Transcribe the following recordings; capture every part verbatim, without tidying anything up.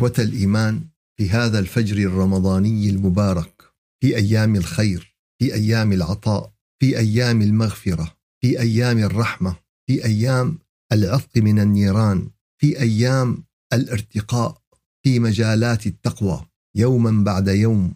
إخوة الإيمان، في هذا الفجر الرمضاني المبارك، في أيام الخير، في أيام العطاء، في أيام المغفرة، في أيام الرحمة، في أيام العتق من النيران، في أيام الارتقاء في مجالات التقوى، يوما بعد يوم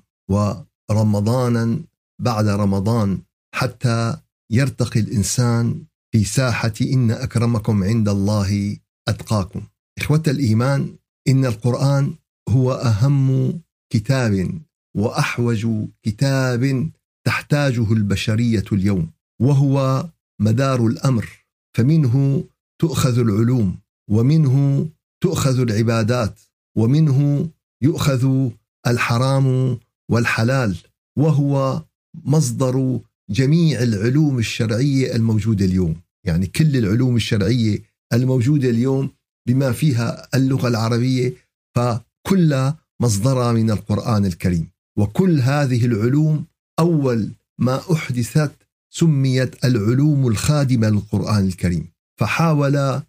ورمضانا بعد رمضان، حتى يرتقي الإنسان في ساحة إن أكرمكم عند الله أتقاكم. إخوة الإيمان، إن القرآن هو أهم كتاب وأحوج كتاب تحتاجه البشرية اليوم، وهو مدار الأمر، فمنه تؤخذ العلوم، ومنه تؤخذ العبادات، ومنه يؤخذ الحرام والحلال، وهو مصدر جميع العلوم الشرعية الموجودة اليوم. يعني كل العلوم الشرعية الموجودة اليوم بما فيها اللغة العربية، فكل مصدرها من القرآن الكريم. وكل هذه العلوم أول ما أحدثت سميت العلوم الخادمة للقرآن الكريم، فحاول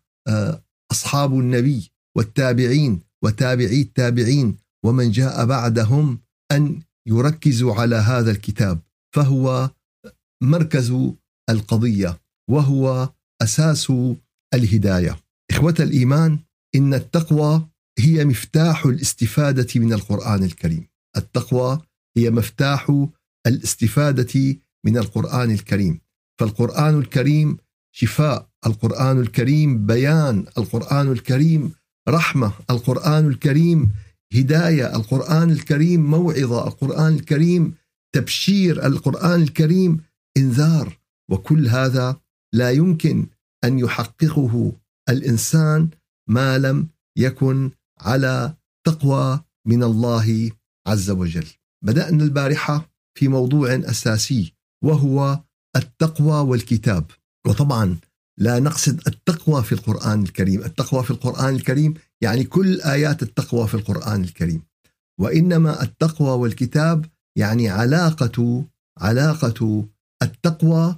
أصحاب النبي والتابعين وتابعي التابعين ومن جاء بعدهم أن يركزوا على هذا الكتاب، فهو مركز القضية وهو أساس الهداية. إخوة الإيمان، إن التقوى هي مفتاح الاستفادة من القرآن الكريم. التقوى هي مفتاح الاستفادة من القرآن الكريم، فالقرآن الكريم شفاء، القرآن الكريم بيان، القرآن الكريم رحمة، القرآن الكريم هداية، القرآن الكريم موعظة، القرآن الكريم تبشير، القرآن الكريم إنذار. وكل هذا لا يمكن أن يحققه الإنسان ما لم يكن على تقوى من الله عز وجل. بدأنا البارحة في موضوع أساسي وهو التقوى والكتاب، وطبعا لا نقصد التقوى في القرآن الكريم، التقوى في القرآن الكريم يعني كل آيات التقوى في القرآن الكريم، وإنما التقوى والكتاب يعني علاقة علاقة التقوى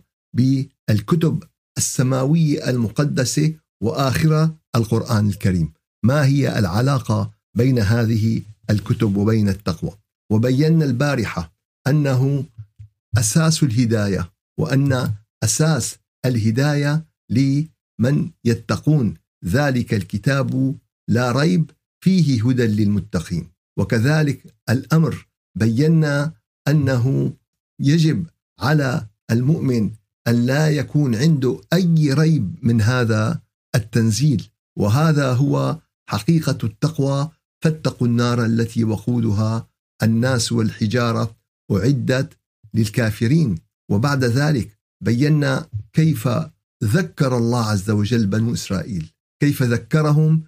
بالكتب السماوية المقدسة وآخرة القرآن الكريم. ما هي العلاقة بين هذه الكتب وبين التقوى؟ وبينا البارحة أنه أساس الهداية، وأن أساس الهداية لمن يتقون، ذلك الكتاب لا ريب فيه هدى للمتقين. وكذلك الأمر بينا أنه يجب على المؤمن أن لا يكون عنده أي ريب من هذا التنزيل، وهذا هو حقيقة التقوى. فاتقوا النار التي وقودها الناس والحجارة أعدت للكافرين. وبعد ذلك بينا كيف ذكر الله عز وجل بنو إسرائيل، كيف ذكرهم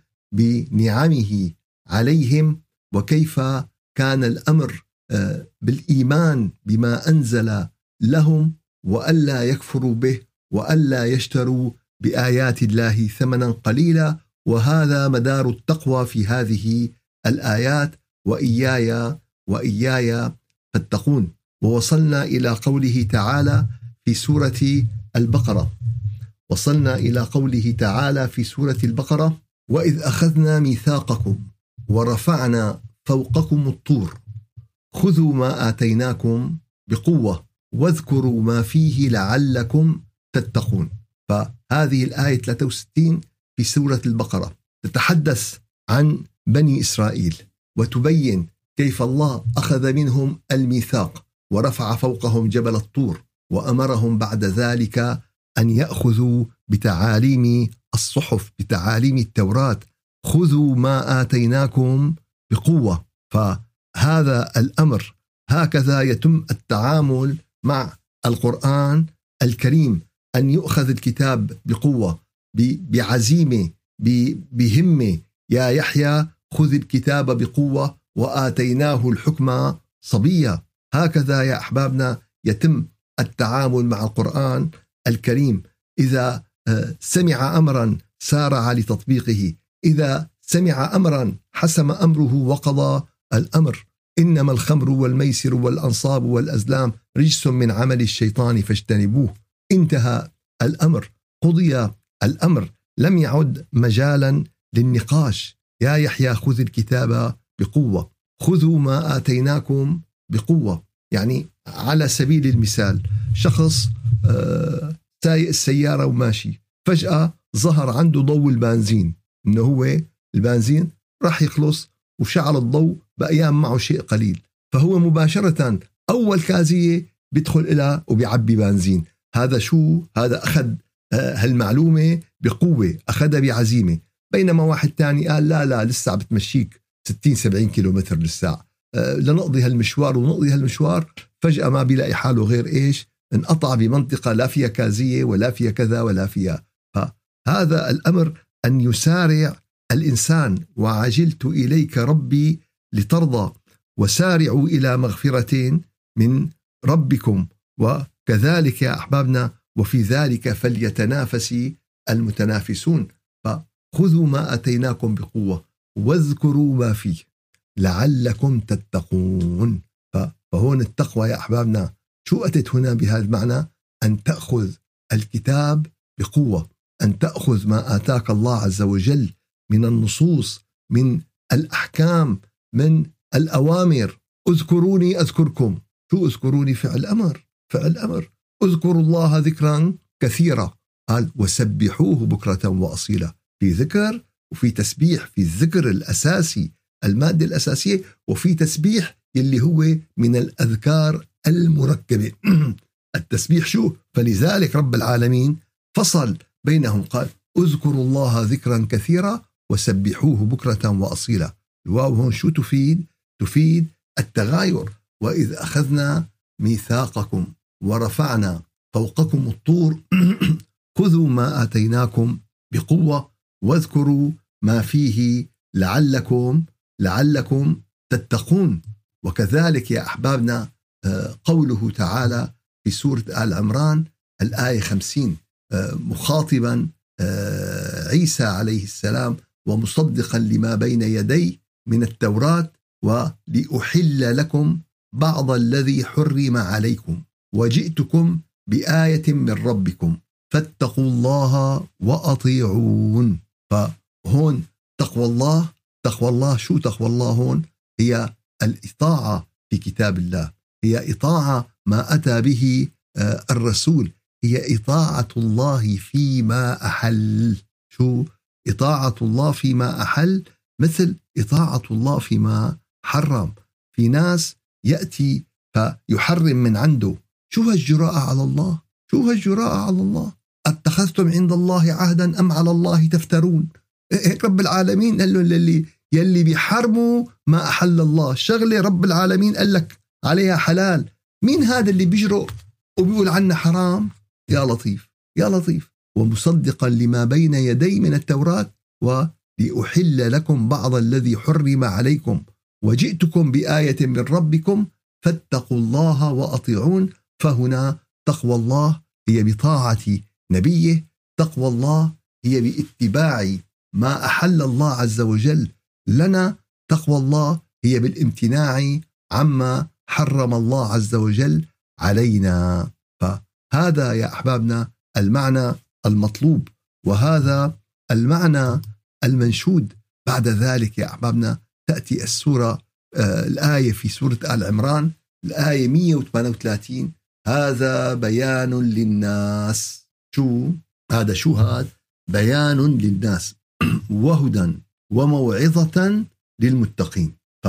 بنعمه عليهم، وكيف كان الأمر بالإيمان بما أنزل لهم، وألا يكفروا به، وألا يشتروا بآيات الله ثمنا قليلا. وهذا مدار التقوى في هذه الآيات، وإياي وإياي فاتقون. ووصلنا إلى قوله تعالى في سورة البقرة، وصلنا إلى قوله تعالى في سورة البقرة: وإذ أخذنا ميثاقكم ورفعنا فوقكم الطور خذوا ما آتيناكم بقوة واذكروا ما فيه لعلكم تتقون. فهذه الآية ثلاثة وستين في سورة البقرة تتحدث عن بني إسرائيل، وتبين كيف الله أخذ منهم الميثاق ورفع فوقهم جبل الطور، وأمرهم بعد ذلك أن يأخذوا بتعاليم الصحف، بتعاليم التوراة: خذوا ما آتيناكم بقوة. فهذا الأمر هكذا يتم التعامل مع القرآن الكريم، أن يؤخذ الكتاب بقوة، بعزيمة، بهمة. يا يحيى خذ الكتاب بقوة وآتيناه الحكم صبيا. هكذا يا أحبابنا يتم التعامل مع القرآن الكريم. إذا سمع أمرا سارع لتطبيقه، إذا سمع أمرا حسم أمره وقضى الأمر. إنما الخمر والميسر والأنصاب والأزلام رجس من عمل الشيطان فاجتنبوه. انتهى الأمر، قضي الأمر، لم يعد مجالا للنقاش. يا يحيى خذ الكتاب بقوة. خذوا ما آتيناكم بقوة، يعني على سبيل المثال شخص سايق السيارة وماشي، فجأة ظهر عنده ضوء البنزين، إنه هو البنزين راح يخلص وشعل الضوء بأيام معه شيء قليل، فهو مباشرة أول كازية بيدخل إلى وبيعبي بنزين. هذا شو؟ هذا أخذ هالمعلومة بقوة، أخذها بعزيمة. بينما واحد تاني قال لا لا لسه بتمشيك ستين سبعين كيلومتر للساعة لنقضي هالمشوار ونقضي هالمشوار، فجأة ما بيلاقي حاله غير إيش؟ انقطع بمنطقة لا فيها كازية ولا فيها كذا ولا فيها. فهذا الأمر أن يسارع الإنسان، وعجلت إليك ربي لترضى، وسارعوا إلى مغفرة من ربكم وكذلك يا أحبابنا وفي ذلك فليتنافس المتنافسون. فخذوا ما أتيناكم بقوة واذكروا ما فيه لعلكم تتقون. فهون التقوى يا أحبابنا شو أتت هنا بهذا المعنى؟ أن تأخذ الكتاب بقوة، أن تأخذ ما آتاك الله عز وجل من النصوص، من الأحكام، من الأوامر. اذكروني أذكركم. شو اذكروني؟ فعل أمر، فعل أمر. اذكروا الله ذكرا كثيرا، قال وسبحوه بكرة وأصيلا. في ذكر وفي تسبيح، في الذكر الأساسي المادة الأساسية، وفي تسبيح اللي هو من الأذكار المركبة. التسبيح شو؟ فلذلك رب العالمين فصل بينهم، قال اذكروا الله ذكرا كثيرا وسبحوه بكرة وأصيلا. الواو هون شو تفيد؟ تفيد التغاير. وإذ أخذنا ميثاقكم ورفعنا فوقكم الطور خذوا ما آتيناكم بقوة واذكروا ما فيه لعلكم لعلكم تتقون. وكذلك يا أحبابنا قوله تعالى في سورة آل عمران الآية خمسين مخاطبا عيسى عليه السلام ومصدقا لما بين يدي من التوراة، ولأحل لكم بعض الذي حرم عليكم وجئتكم بآية من ربكم فاتقوا الله وأطيعون. فهون تقوى الله، تقوى الله شو تقوى الله هون؟ هي الإطاعة في كتاب الله، هي إطاعة ما أتى به الرسول، هي إطاعة الله فيما أحل. شو إطاعة الله فيما أحل؟ مثل إطاعة الله فيما حرم. في ناس يأتي فيحرم من عنده، شو هالجراءة على الله؟ شو هالجراءة على الله؟ اتخذتم عند الله عهدا أم على الله تفترون؟ هيك رب العالمين قال له للي يلي بيحرموا ما أحل الله، شغلة رب العالمين قال لك عليها حلال، مين هذا اللي بيجرؤ وبيقول عنه حرام؟ يا لطيف يا لطيف. ومصدقا لما بين يدي من التوراة ولأحل لكم بعض الذي حرم عليكم وجئتكم بآية من ربكم فاتقوا الله وأطيعون. فهنا تقوى الله هي بطاعة نبيه، تقوى الله هي باتباع ما أحل الله عز وجل لنا، تقوى الله هي بالامتناع عما حرم الله عز وجل علينا. فهذا يا أحبابنا المعنى المطلوب، وهذا المعنى المنشود. بعد ذلك يا أحبابنا تأتي السورة آه الآية في سورة آل عمران الآية مئة وثمانية وثلاثين، هذا بيان للناس. شو هذا؟ شو هذا؟ بيان للناس وهدى وموعظة للمتقين.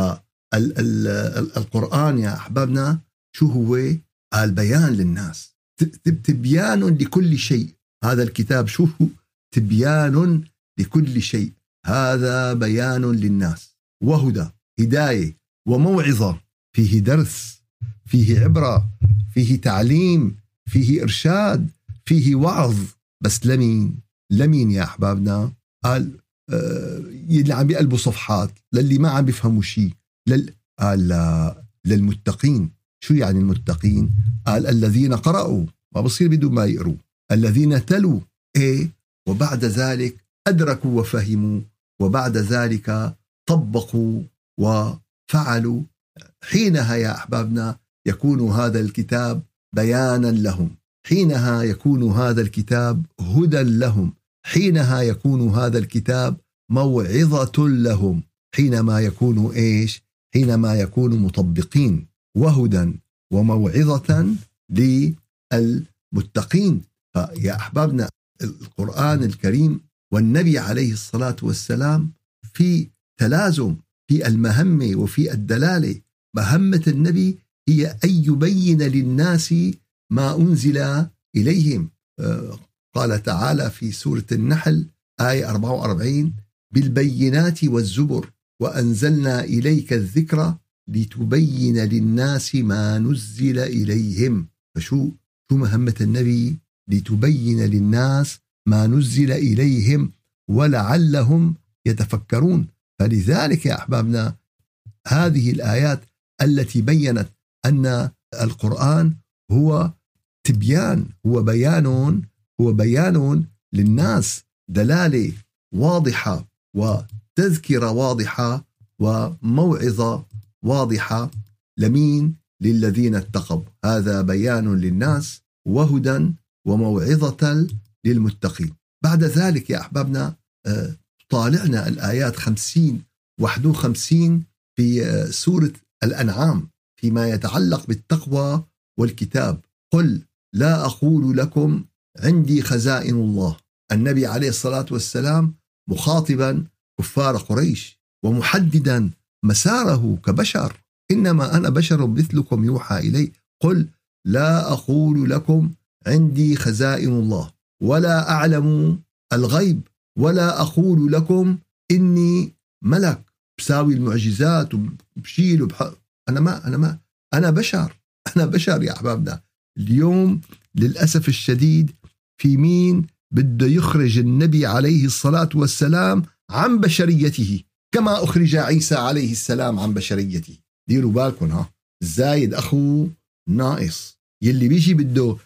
فالقرآن يا أحبابنا شو هو؟ البيان للناس، تبيان لكل شيء. هذا الكتاب شو هو؟ تبيان لكل شيء. هذا بيان للناس وهدى هداية وموعظة، فيه درس، فيه عبرة، فيه تعليم، فيه إرشاد، فيه وعظ. بس لمين؟ لمين يا أحبابنا؟ قال آه اللي عم بيقلبوا صفحات، للي ما عم بيفهموا شيء، لل... قال لا، للمتقين. شو يعني المتقين؟ قال الذين قرأوا، ما بصير بدون ما يقروا، الذين تلوا إيه وبعد ذلك أدركوا وفهموا، وبعد ذلك طبقوا وفعلوا. حينها يا أحبابنا يكون هذا الكتاب بيانا لهم، حينها يكون هذا الكتاب هدى لهم، حينها يكون هذا الكتاب موعظة لهم، حينما يكونوا إيش؟ حينما يكونوا مطبقين، وهدى وموعظة للمتقين. فيا أحبابنا، القرآن الكريم والنبي عليه الصلاة والسلام في تلازم في المهمة وفي الدلالة. مهمة النبي هي أن يبين للناس ما أنزل إليهم. قال تعالى في سورة النحل آية أربعة وأربعين: بالبينات والزبر وأنزلنا إليك الذكر لتبين للناس ما نزل إليهم. فشو شو مهمة النبي؟ لتبين للناس ما نزل إليهم ولعلهم يتفكرون. فلذلك يا أحبابنا، هذه الآيات التي بيّنت أن القرآن هو تبيان، هو بيان هو بيان للناس، دلالة واضحة وتذكرة واضحة وموعظة واضحة. لمين؟ للذين اتقوا. هذا بيان للناس وهدى وموعظة للمتقين. بعد ذلك يا أحبابنا، طالعنا الآيات خمسين واحد وخمسين في سورة الأنعام فيما يتعلق بالتقوى والكتاب. قل لا أقول لكم عندي خزائن الله. النبي عليه الصلاة والسلام مخاطبا كفار قريش ومحددا مساره كبشر: إنما أنا بشر مثلكم يوحى إلي. قل لا أقول لكم عندي خزائن الله ولا أعلم الغيب ولا أقول لكم إني ملك بساوي المعجزات وبشيل وبح... أنا ما أنا ما أنا بشر أنا بشر يا أحبابنا. اليوم للأسف الشديد في مين بده يخرج النبي عليه الصلاة والسلام عن بشريته كما أخرج عيسى عليه السلام عن بشريته. ديروا بالكم، ها الزايد أخو ناقص، يلي بيجي بده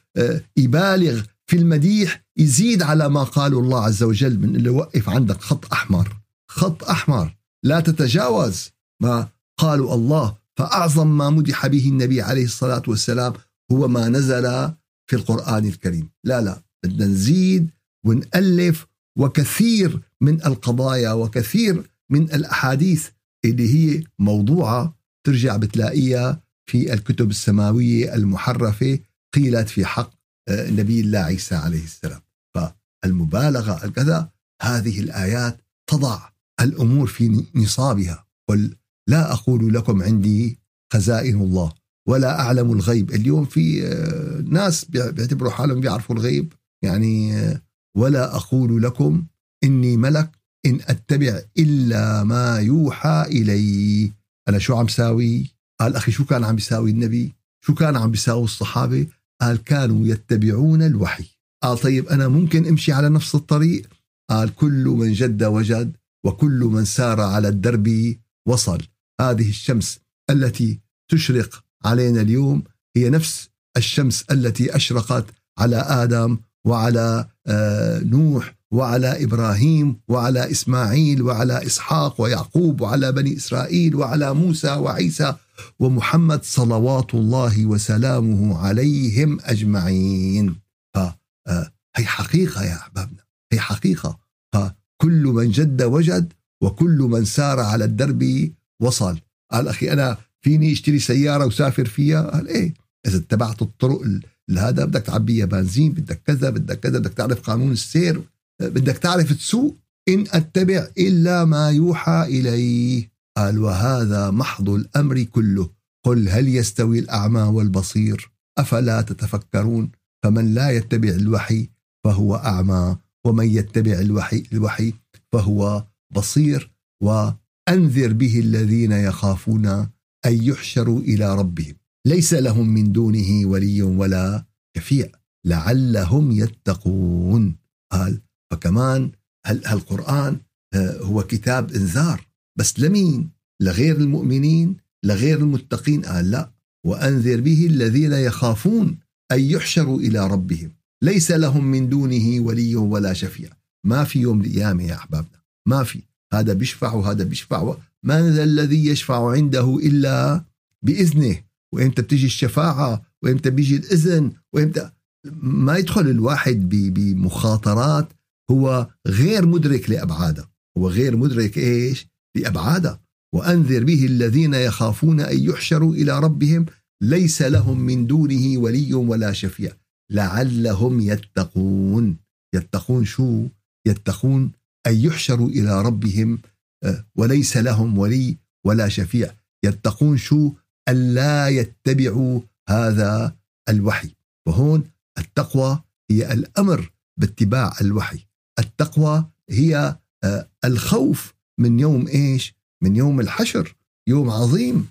يبالغ في المديح يزيد على ما قاله الله عز وجل، من اللي وقف عندك خط أحمر، خط أحمر لا تتجاوز ما قالوا الله. فأعظم ما مدح به النبي عليه الصلاة والسلام هو ما نزل في القرآن الكريم. لا لا بدنا نزيد ونألف، وكثير من القضايا وكثير من الأحاديث اللي هي موضوعة ترجع بتلاقيها في الكتب السماوية المحرفة قيلت في حق نبي الله عيسى عليه السلام. فالمبالغة الكذا، هذه الآيات تضع الأمور في نصابها. قل لا أقول لكم عندي خزائن الله ولا أعلم الغيب. اليوم في ناس بيعتبروا حالهم بيعرفوا الغيب، يعني ولا أقول لكم إني ملك إن أتبع إلا ما يوحى إلي. أنا شو عم ساوي؟ قال أخي شو كان عم بيساوي النبي؟ شو كان عم بيساوي الصحابة؟ قال كانوا يتبعون الوحي. قال طيب أنا ممكن أمشي على نفس الطريق؟ قال كل من جد وجد وكل من سار على الدرب وصل. هذه الشمس التي تشرق علينا اليوم هي نفس الشمس التي أشرقت على آدم وعلى آه نوح وعلى إبراهيم وعلى إسماعيل وعلى إسحاق ويعقوب وعلى بني إسرائيل وعلى موسى وعيسى ومحمد صلوات الله وسلامه عليهم أجمعين. هي حقيقة يا أحبابنا، هي حقيقة. كل من جد وجد وكل من سار على الدرب وصل. قال أخي أنا فيني اشتري سيارة وسافر فيها؟ قال إيه، إذا اتبعت الطرق هذا بدك تعبيها بنزين، بدك كذا بدك كذا، بدك تعرف قانون السير، بدك تعرف تسوق. إن أتبع إلا ما يوحى إليه. قال وهذا محض الأمر كله. قل هل يستوي الأعمى والبصير أفلا تتفكرون. فمن لا يتبع الوحي فهو أعمى ومن يتبع الوحي الوحي فهو بصير. وأنذر به الذين يخافون أن يحشروا إلى ربهم ليس لهم من دونه ولي ولا شفيع لعلهم يتقون. قال فكمان هالقرآن هو كتاب إنذار، بس لمين؟ لغير المؤمنين، لغير المتقين. قال لا، وأنذر به الذين يخافون أن يحشروا إلى ربهم ليس لهم من دونه ولي ولا شفيع. ما في يوم القيامة يا أحبابنا، ما في. هذا بيشفع وهذا بيشفع، من ذا الذي يشفع عنده إلا بإذنه. وإمتى بتيجي الشفاعة وإمتى بيجي الإذن وإمتى ما يدخل الواحد بمخاطرات هو غير مدرك لأبعادها، هو غير مدرك إيش لأبعاده. وأنذر به الذين يخافون أن يحشروا إلى ربهم ليس لهم من دونه ولي ولا شفيع لعلهم يتقون. يتقون شو؟ يتقون أن يحشروا إلى ربهم وليس لهم ولي ولا شفيع. يتقون شو؟ ألا يتبعوا هذا الوحي. وهون التقوى هي الأمر باتباع الوحي. التقوى هي الخوف من يوم إيش؟ من يوم الحشر، يوم عظيم،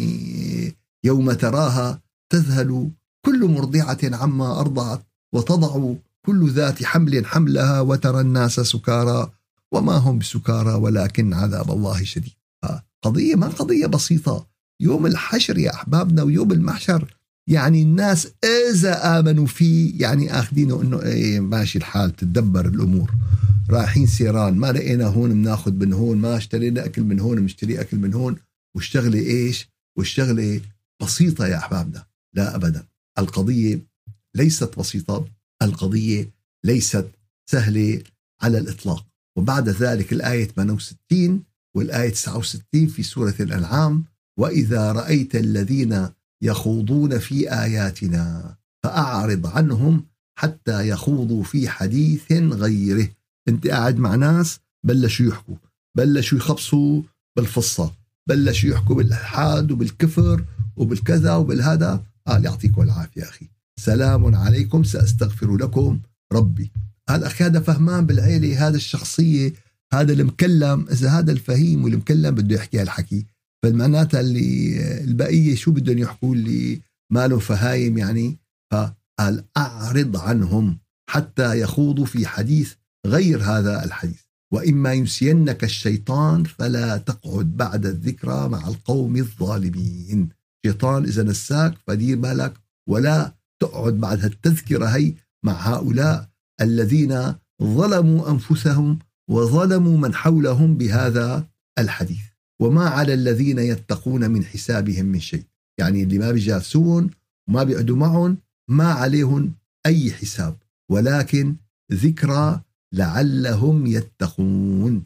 يعني يوم تراها تذهل كل مرضعة عما أرضعت وتضع كل ذات حمل حملها وترى الناس سكارى وما هم بسكارى ولكن عذاب الله شديد. قضية ما قضية بسيطة. يوم الحشر يا أحبابنا ويوم المحشر يعني الناس إذا آمنوا فيه يعني آخذينه إنه إيه ماشي الحال، تدبر الأمور، رايحين سيران، ما لقينا هون بناخذ من هون، ما اشترينا أكل من هون بنشتري أكل من هون، والشغلة إيش؟ والشغلة بسيطة يا أحبابنا. لا أبدا، القضية ليست بسيطة، القضية ليست سهلة على الإطلاق. وبعد ذلك الآية ثمانية وستين والآية تسعة وستين في سورة الأنعام: وإذا رأيت الذين يخوضون في آياتنا فأعرض عنهم حتى يخوضوا في حديث غيره. انت قاعد مع ناس بلشوا يحكوا، بلشوا يخبصوا بالفصة، بلشوا يحكوا بالإلحاد وبالكفر وبالكذا وبالهذا، قال يعطيكم العافية أخي، سلام عليكم سأستغفر لكم ربي. هذا أخي هذا فهمان بالعيلة، هذا الشخصية، هذا المكلم، إذا هذا الفهيم والمكلم بده يحكي هالحكي، فالمعناتها اللي البقية شو بدهم يحكوا اللي ماله فهايم يعني. فقال أعرض عنهم حتى يخوضوا في حديث غير هذا الحديث، وإما ينسينك الشيطان فلا تقعد بعد الذكرى مع القوم الظالمين. شيطان إذا نساك فدير بالك ولا تقعد بعد هالتذكرة هي مع هؤلاء الذين ظلموا أنفسهم وظلموا من حولهم بهذا الحديث. وما على الذين يتقون من حسابهم من شيء، يعني اللي ما بيجالسون وما بيقعدوا معهم ما عليهم أي حساب، ولكن ذكرى لعلهم يتقون.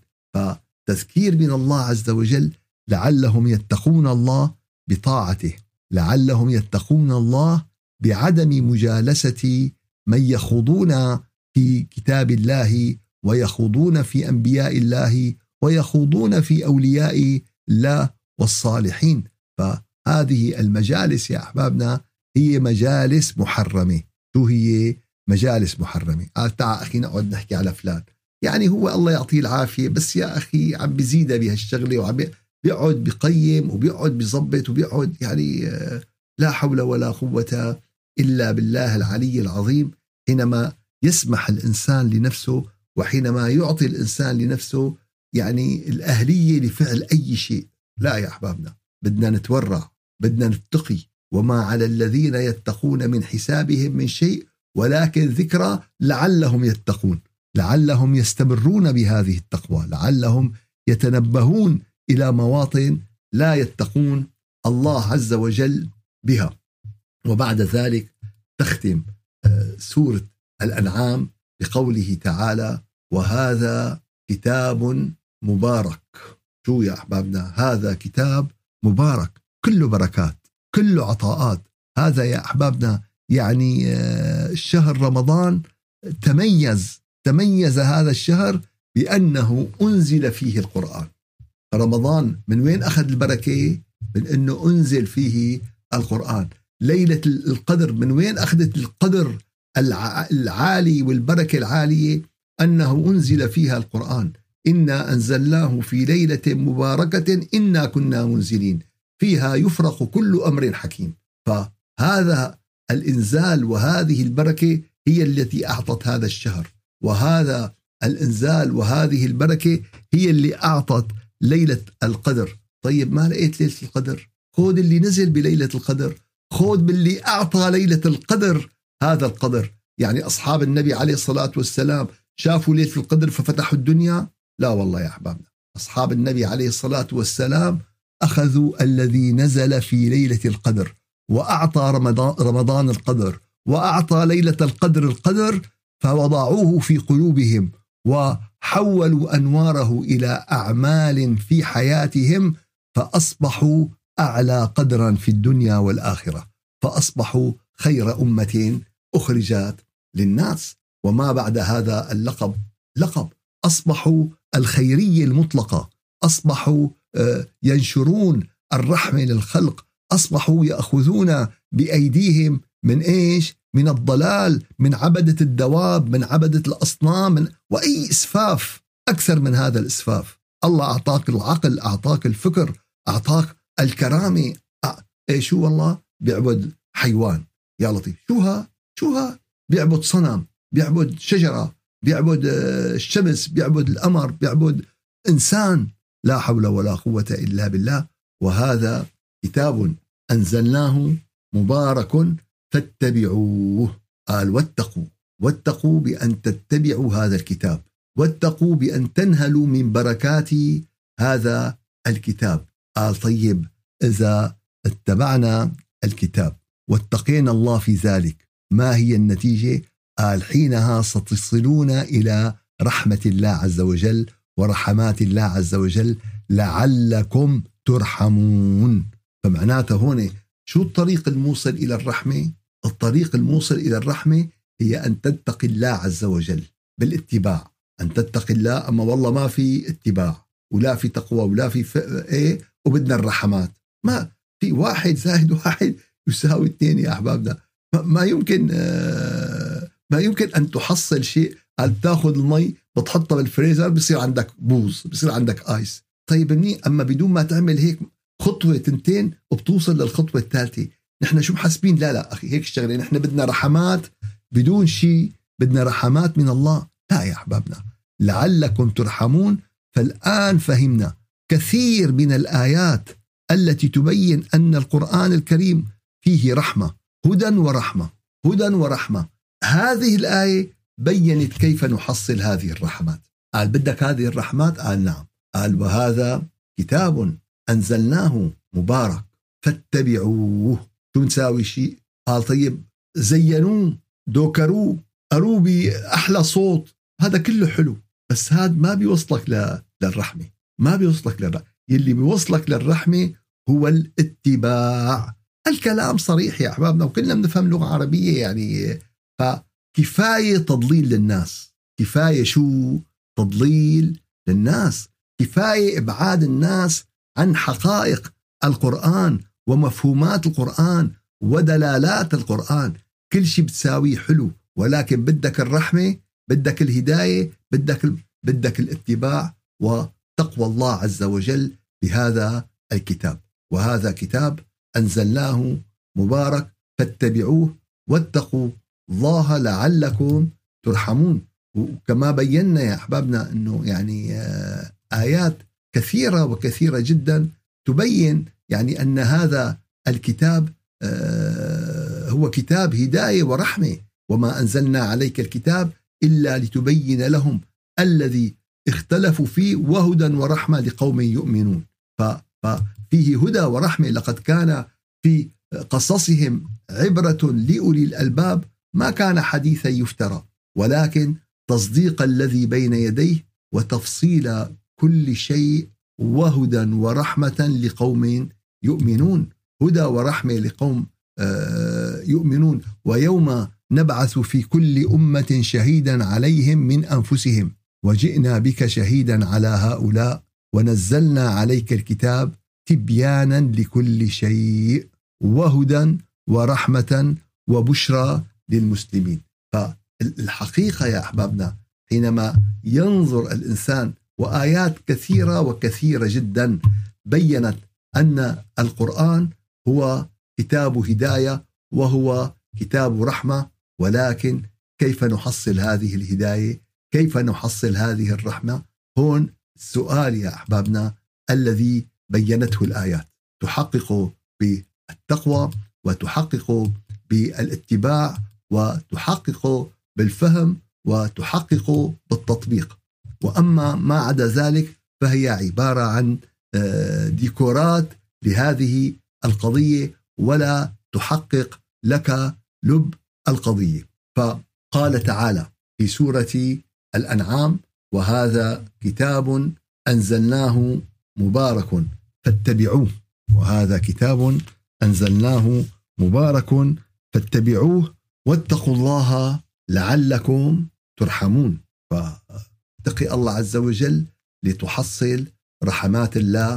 فتذكير من الله عز وجل لعلهم يتقون الله بطاعته، لعلهم يتقون الله بعدم مجالسة من يخوضون في كتاب الله ويخوضون في أنبياء الله ويخوضون في أولياء الله والصالحين. فهذه المجالس يا أحبابنا هي مجالس محرمة. شو هي؟ مجالس محرمة. قال تعال أخي نقعد نحكي على فلان، يعني هو الله يعطيه العافية بس يا أخي عم بزيد بهالشغلة وعم بيقعد بقيم وبيقعد بيظبط وبيقعد يعني لا حول ولا قوة إلا بالله العلي العظيم. حينما يسمح الإنسان لنفسه وحينما يعطي الإنسان لنفسه يعني الأهلية لفعل أي شيء. لا يا أحبابنا، بدنا نتورع، بدنا نتقي. وما على الذين يتقون من حسابهم من شيء ولكن ذكرى لعلهم يتقون، لعلهم يستمرون بهذه التقوى، لعلهم يتنبهون إلى مواطن لا يتقون الله عز وجل بها. وبعد ذلك تختم سورة الأنعام بقوله تعالى: وهذا كتاب مبارك. شو يا أحبابنا؟ هذا كتاب مبارك، كله بركات، كله عطاءات. هذا يا أحبابنا يعني الشهر رمضان تميز تميز هذا الشهر بأنه أنزل فيه القرآن. رمضان من وين أخذ البركة؟ من أنه أنزل فيه القرآن. ليلة القدر من وين أخذت القدر العالي والبركة العالية؟ أنه أنزل فيها القرآن. إنا أنزلناه في ليلة مباركة إنا كنا منزلين فيها يفرق كل أمر حكيم. فهذا الإنزال وهذه البركة هي التي أعطت هذا الشهر، وهذا الإنزال وهذه البركة هي اللي أعطت ليلة القدر. طيب ما لقيت ليلة القدر؟ خذ اللي نزل بليلة القدر، خذ باللي أعطى ليلة القدر هذا القدر. يعني أصحاب النبي عليه الصلاة والسلام شافوا ليلة القدر ففتحوا الدنيا؟ لا والله يا أحبابنا، أصحاب النبي عليه الصلاة والسلام أخذوا الذي نزل في ليلة القدر وأعطى رمضان, رمضان القدر وأعطى ليلة القدر القدر، فوضعوه في قلوبهم وحولوا أنواره إلى أعمال في حياتهم، فأصبحوا أعلى قدرا في الدنيا والآخرة، فأصبحوا خير أمة أخرجت للناس. وما بعد هذا اللقب لقب، أصبحوا الخيرية المطلقة، أصبحوا ينشرون الرحمة للخلق، أصبحوا يأخذون بأيديهم من إيش؟ من الضلال، من عبدة الدواب، من عبدة الأصنام، من وأي إسفاف أكثر من هذا الإسفاف. الله أعطاك العقل، أعطاك الفكر، أعطاك الكرامة. إيه شو والله؟ بيعبد حيوان، يا لطيف. شوها شوها بيعبد صنم، بيعبد شجرة، بيعبد الشمس، بيعبد القمر، بيعبد إنسان. لا حول ولا قوة إلا بالله. وهذا كتاب أنزلناه مبارك فاتبعوه. قال واتقوا، واتقوا بأن تتبعوا هذا الكتاب، واتقوا بأن تنهلوا من بركات هذا الكتاب. قال طيب إذا اتبعنا الكتاب واتقينا الله في ذلك ما هي النتيجة؟ قال حينها ستصلون إلى رحمة الله عز وجل ورحمات الله عز وجل لعلكم ترحمون. فمعناته هون شو الطريق الموصل إلى الرحمة؟ الطريق الموصل إلى الرحمة هي أن تتقي الله عز وجل بالاتباع، أن تتقي الله. أما والله ما في اتباع ولا في تقوى ولا في ف... إيه وبدنا الرحمات. ما في واحد زائد واحد يساوي اثنين يا أحبابنا. ما يمكن آه ما يمكن أن تحصل شيء. قال تاخذ المي بتحطها بالفريزر بصير عندك بوز، بصير عندك آيس. طيب مني أما بدون ما تعمل هيك خطوة تنتين وبتوصل للخطوة الثالثة. نحن شو محسبين؟ لا لا أخي هيك الشغلة، نحن بدنا رحمات بدون شيء، بدنا رحمات من الله. لا يا أحبابنا، لعلكم ترحمون. فالآن فهمنا كثير من الآيات التي تبين أن القرآن الكريم فيه رحمة، هدى ورحمة، هدى ورحمة. هذه الآية بيّنت كيف نحصل هذه الرحمات. قال بدك هذه الرحمات؟ قال نعم. قال وهذا كتاب أنزلناه مبارك فاتبعوه. شو نساوي شيء؟ قال طيب زينوه، دوكروه، قروه بأحلى صوت، هذا كله حلو، بس هذا ما بيوصلك للرحمة، ما بيوصلك للرحمة. يلي بيوصلك للرحمة هو الاتباع. الكلام صريح يا أحبابنا وكلنا بنفهم لغة عربية يعني. فكفاية تضليل للناس، كفاية شو؟ تضليل للناس، كفاية إبعاد الناس عن حقائق القرآن ومفهومات القرآن ودلالات القرآن. كل شيء بتساويه حلو، ولكن بدك الرحمة، بدك الهداية، بدك بدك الاتباع وتقوى الله عز وجل بهذا الكتاب. وهذا كتاب أنزلناه مبارك فاتبعوه واتقوا الله لعلكم ترحمون. وكما بينا يا أحبابنا أنه يعني آيات كثيرة وكثيرة جدا تبين يعني أن هذا الكتاب هو كتاب هداية ورحمة. وما أنزلنا عليك الكتاب إلا لتبين لهم الذي اختلفوا فيه وهدى ورحمة لقوم يؤمنون. ففيه هدى ورحمة. لقد كان في قصصهم عبرة لأولي الألباب ما كان حديثا يفترى، ولكن تصديق الذي بين يديه وتفصيل كل شيء وهدى ورحمة لقوم يؤمنون. هدى ورحمة لقوم يؤمنون. ويوم نبعث في كل أمة شهيدا عليهم من أنفسهم وجئنا بك شهيدا على هؤلاء ونزلنا عليك الكتاب تبيانا لكل شيء وهدى ورحمة وبشرى للمسلمين. فالحقيقة يا أحبابنا حينما ينظر الإنسان وآيات كثيرة وكثيرة جدا بيّنت أن القرآن هو كتاب هداية وهو كتاب رحمة، ولكن كيف نحصل هذه الهداية؟ كيف نحصل هذه الرحمة؟ هون السؤال يا أحبابنا الذي بيّنته الآيات. تحقق بالتقوى وتحقق بالاتباع وتحقق بالفهم وتحقق بالتطبيق. وأما ما عدا ذلك فهي عبارة عن ديكورات لهذه القضية ولا تحقق لك لب القضية. فقال تعالى في سورة الأنعام وهذا كتاب أنزلناه مبارك فاتبعوه وهذا كتاب أنزلناه مبارك فاتبعوه واتقوا الله لعلكم ترحمون. فاتقي الله عز وجل لتحصل رحمات الله.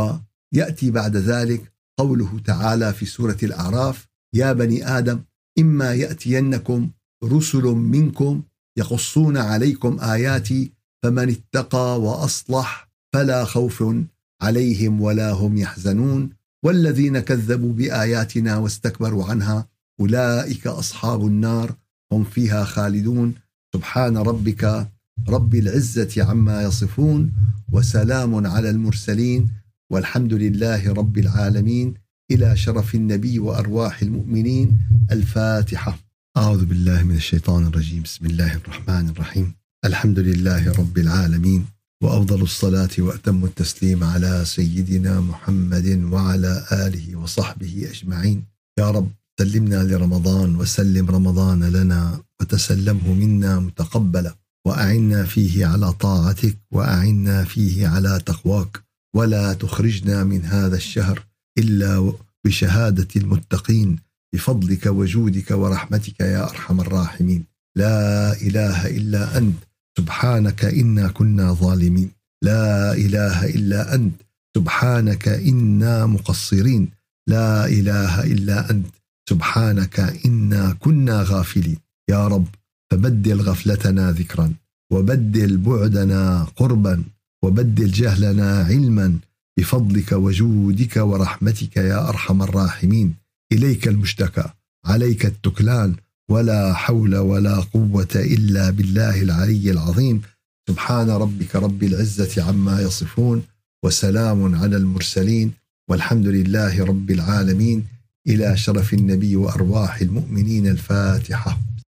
ويأتي بعد ذلك قوله تعالى في سورة الأعراف: يا بني آدم إما يأتينكم رسل منكم يقصون عليكم آياتي فمن اتقى وأصلح فلا خوف عليهم ولا هم يحزنون والذين كذبوا بآياتنا واستكبروا عنها أولئك أصحاب النار هم فيها خالدون. سبحان ربك رب العزة عما يصفون وسلام على المرسلين والحمد لله رب العالمين. إلى شرف النبي وأرواح المؤمنين. الفاتحة. أعوذ بالله من الشيطان الرجيم. بسم الله الرحمن الرحيم. الحمد لله رب العالمين وأفضل الصلاة وأتم التسليم على سيدنا محمد وعلى آله وصحبه أجمعين. يا رب سلمنا لرمضان وسلم رمضان لنا وتسلمه منا متقبلا وأعنا فيه على طاعتك وأعنا فيه على تقواك ولا تخرجنا من هذا الشهر إلا بشهادة المتقين بفضلك وجودك ورحمتك يا أرحم الراحمين. لا إله إلا أنت سبحانك إنا كنا ظالمين. لا إله إلا أنت سبحانك إنا مقصرين. لا إله إلا أنت سبحانك إنا كنا غافلين. يا رب فبدل غفلتنا ذكرا وبدل بعدنا قربا وبدل جهلنا علما بفضلك وجودك ورحمتك يا أرحم الراحمين. إليك المشتكى عليك التكلان ولا حول ولا قوة إلا بالله العلي العظيم. سبحان ربك رب العزة عما يصفون وسلام على المرسلين والحمد لله رب العالمين. إلى شرف النبي وأرواح المؤمنين. الفاتحة.